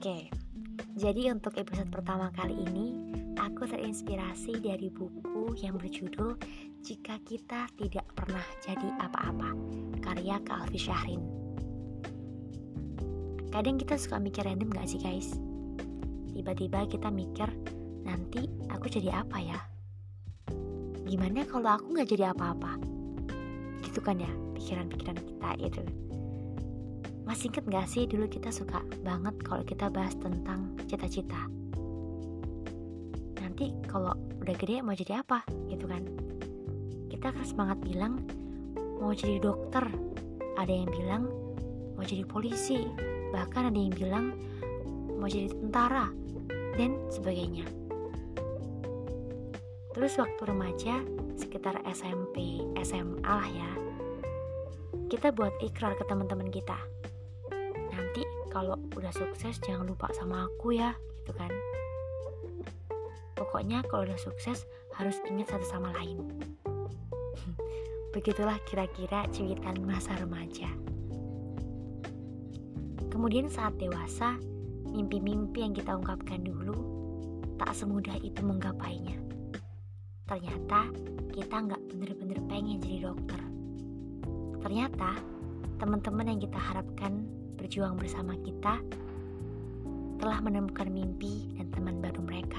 Oke, jadi untuk episode pertama kali ini, aku terinspirasi dari buku yang berjudul Jika Kita Tidak Pernah Jadi Apa-apa, karya Kak Alfi Syahrin. Kadang kita suka mikir random gak sih guys? Tiba-tiba kita mikir, nanti aku jadi apa ya? Gimana kalau aku gak jadi apa-apa? Gitu kan ya, pikiran-pikiran kita itu. Masih inget gak sih dulu kita suka banget kalau kita bahas tentang cita-cita? Nanti kalau udah gede mau jadi apa gitu kan? Kita kan semangat bilang mau jadi dokter, ada yang bilang mau jadi polisi, bahkan ada yang bilang mau jadi tentara dan sebagainya. Terus waktu remaja sekitar SMP, SMA lah ya, kita buat ikrar ke teman-teman kita, nanti kalau udah sukses jangan lupa sama aku ya, gitu kan. Pokoknya kalau udah sukses harus ingat satu sama lain. Begitulah kira-kira cuitan masa remaja. Kemudian saat dewasa, mimpi-mimpi yang kita ungkapkan dulu tak semudah itu menggapainya. Ternyata kita gak bener-bener pengen jadi dokter. Ternyata teman-teman yang kita harapkan berjuang bersama kita telah menemukan mimpi dan teman baru mereka.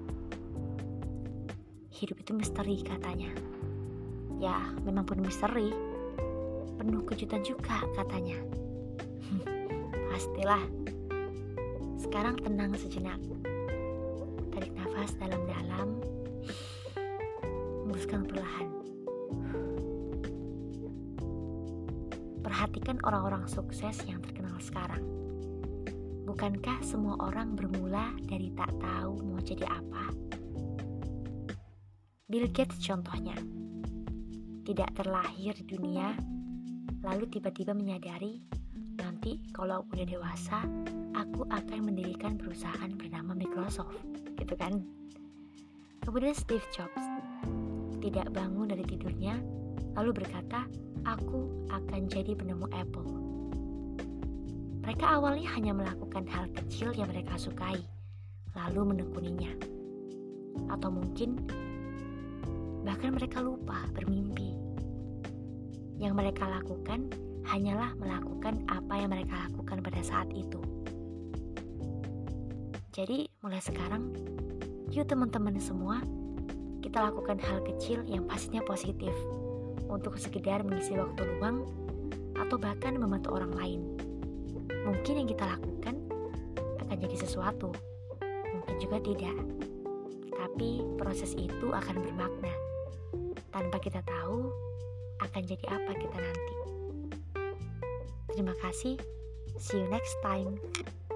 Hidup itu misteri katanya. Ya, memang penuh misteri, penuh kejutan juga katanya. Pastilah. Sekarang tenang sejenak. Tarik nafas dalam-dalam, hembuskan perlahan. Perhatikan orang-orang sukses yang terkenal sekarang. Bukankah semua orang bermula dari tak tahu mau jadi apa? Bill Gates contohnya. Tidak terlahir di dunia, lalu tiba-tiba menyadari, nanti kalau aku udah dewasa, aku akan mendirikan perusahaan bernama Microsoft, gitu kan? Kemudian Steve Jobs tidak bangun dari tidurnya, lalu berkata, aku akan jadi penemu Apple. Mereka awalnya hanya melakukan hal kecil yang mereka sukai, lalu menekuninya. Atau mungkin bahkan mereka lupa bermimpi. Yang mereka lakukan hanyalah melakukan apa yang mereka lakukan pada saat itu. Jadi mulai sekarang, yuk teman-teman semua, kita lakukan hal kecil yang pastinya positif untuk sekedar mengisi waktu luang atau bahkan membantu orang lain. Mungkin yang kita lakukan akan jadi sesuatu, mungkin juga tidak. Tapi proses itu akan bermakna. Tanpa kita tahu akan jadi apa kita nanti. Terima kasih. See you next time.